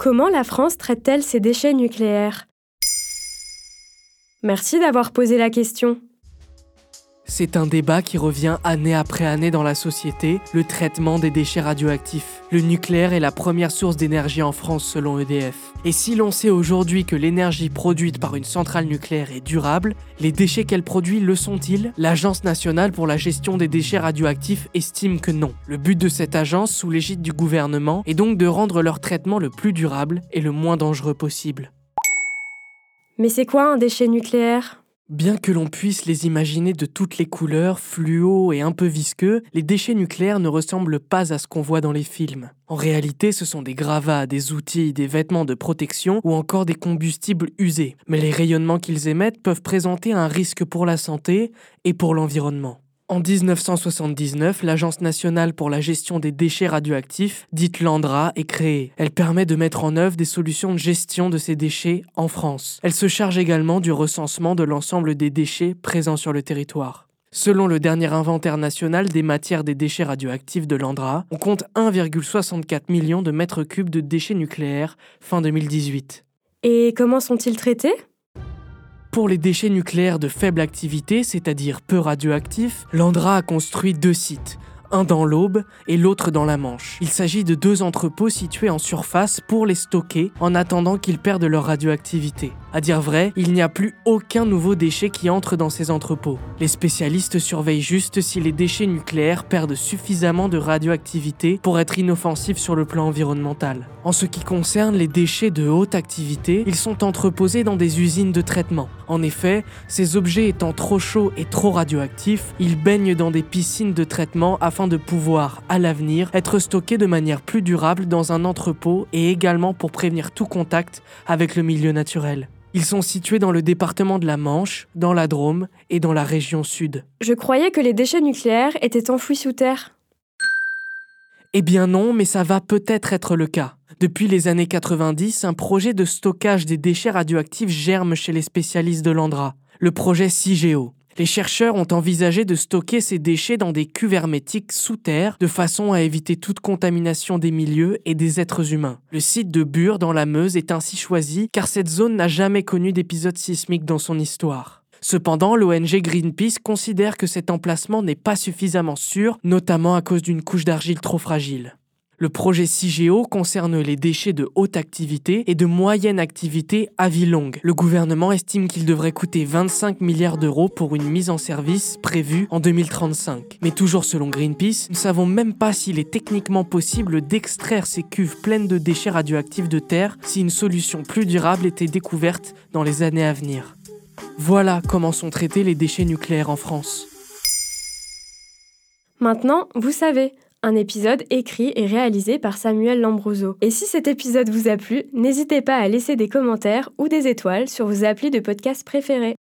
Comment la France traite-t-elle ses déchets nucléaires ? Merci d'avoir posé la question. C'est un débat qui revient année après année dans la société, le traitement des déchets radioactifs. Le nucléaire est la première source d'énergie en France selon EDF. Et si l'on sait aujourd'hui que l'énergie produite par une centrale nucléaire est durable, les déchets qu'elle produit le sont-ils ? L'Agence nationale pour la gestion des déchets radioactifs estime que non. Le but de cette agence, sous l'égide du gouvernement, est donc de rendre leur traitement le plus durable et le moins dangereux possible. Mais c'est quoi un déchet nucléaire ? Bien que l'on puisse les imaginer de toutes les couleurs, fluo et un peu visqueux, les déchets nucléaires ne ressemblent pas à ce qu'on voit dans les films. En réalité, ce sont des gravats, des outils, des vêtements de protection ou encore des combustibles usés. Mais les rayonnements qu'ils émettent peuvent présenter un risque pour la santé et pour l'environnement. En 1979, l'Agence nationale pour la gestion des déchets radioactifs, dite l'ANDRA, est créée. Elle permet de mettre en œuvre des solutions de gestion de ces déchets en France. Elle se charge également du recensement de l'ensemble des déchets présents sur le territoire. Selon le dernier inventaire national des matières des déchets radioactifs de l'ANDRA, on compte 1,64 million de mètres cubes de déchets nucléaires fin 2018. Et comment sont-ils traités ? Pour les déchets nucléaires de faible activité, c'est-à-dire peu radioactifs, l'ANDRA a construit 2 sites, un dans l'Aube et l'autre dans la Manche. Il s'agit de 2 entrepôts situés en surface pour les stocker en attendant qu'ils perdent leur radioactivité. À dire vrai, il n'y a plus aucun nouveau déchet qui entre dans ces entrepôts. Les spécialistes surveillent juste si les déchets nucléaires perdent suffisamment de radioactivité pour être inoffensifs sur le plan environnemental. En ce qui concerne les déchets de haute activité, ils sont entreposés dans des usines de traitement. En effet, ces objets étant trop chauds et trop radioactifs, ils baignent dans des piscines de traitement afin de pouvoir, à l'avenir, être stockés de manière plus durable dans un entrepôt et également pour prévenir tout contact avec le milieu naturel. Ils sont situés dans le département de la Manche, dans la Drôme et dans la région sud. Je croyais que les déchets nucléaires étaient enfouis sous terre. Eh bien non, mais ça va peut-être être le cas. Depuis les années 90, un projet de stockage des déchets radioactifs germe chez les spécialistes de l'ANDRA, le projet CIGEO. Les chercheurs ont envisagé de stocker ces déchets dans des cuves hermétiques sous terre, de façon à éviter toute contamination des milieux et des êtres humains. Le site de Bure, dans la Meuse, est ainsi choisi car cette zone n'a jamais connu d'épisode sismique dans son histoire. Cependant, l'ONG Greenpeace considère que cet emplacement n'est pas suffisamment sûr, notamment à cause d'une couche d'argile trop fragile. Le projet CIGEO concerne les déchets de haute activité et de moyenne activité à vie longue. Le gouvernement estime qu'il devrait coûter 25 milliards d'euros pour une mise en service prévue en 2035. Mais toujours selon Greenpeace, nous ne savons même pas s'il est techniquement possible d'extraire ces cuves pleines de déchets radioactifs de terre si une solution plus durable était découverte dans les années à venir. Voilà comment sont traités les déchets nucléaires en France. Maintenant, vous savez. Un épisode écrit et réalisé par Samuel Lambroso. Et si cet épisode vous a plu, n'hésitez pas à laisser des commentaires ou des étoiles sur vos applis de podcast préférés.